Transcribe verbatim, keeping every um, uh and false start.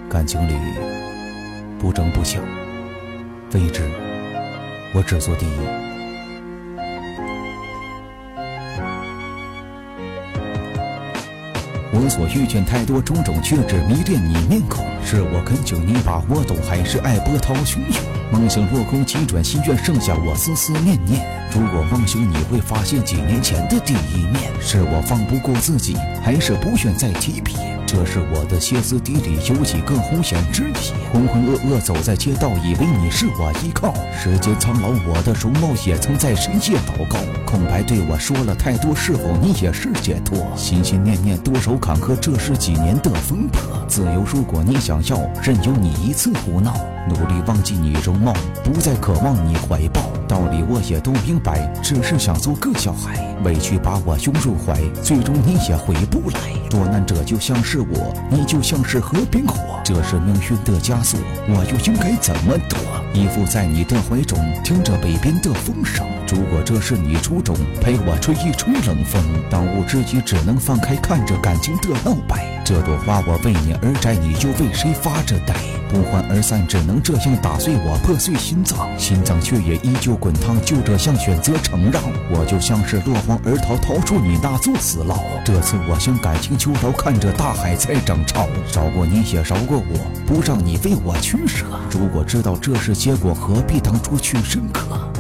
感情里不争不抢，位置我只做第一。我所遇见太多种种，却只迷恋你面孔。是我恳求你把我懂，还是爱波涛汹涌？梦想落空急转，心愿剩下我思思念念。如果梦醒，你会发现几年前的第一面。是我放不过自己，还是不愿再提笔？这是我的歇斯底里，有几个红颜知己，浑浑噩噩走在街道，以为你是我依靠。时间苍老，我的容貌也曾在深夜祷告。空白对我说了太多，是否你也是解脱？心心念念多少坎坷，这是几年的风波。自由，如果你想要，任由你一次胡闹。努力忘记你容貌，不再渴望你怀抱。道理我也都明白，只是想做个小孩。委屈把我拥入怀，最终你也回不来。多难者就像是我，你就像是河边火。这是命运的枷锁，我又应该怎么躲？依附在你的怀中，听着北边的风声。如果这是你初衷，陪我吹一吹冷风。当务之急只能放开看着感情的闹摆。这朵花我为你而摘，你又为谁发着呆？不欢而散，只能这样打碎我破碎心脏。心脏却也依旧滚烫，就这样选择承让。我就像是落荒而逃，逃出你那座死牢。这次我像感情秋潮，看着大海在涨潮。饶过你也饶过我，不让你为我取舍。如果知道这是结果，何必当初去深刻？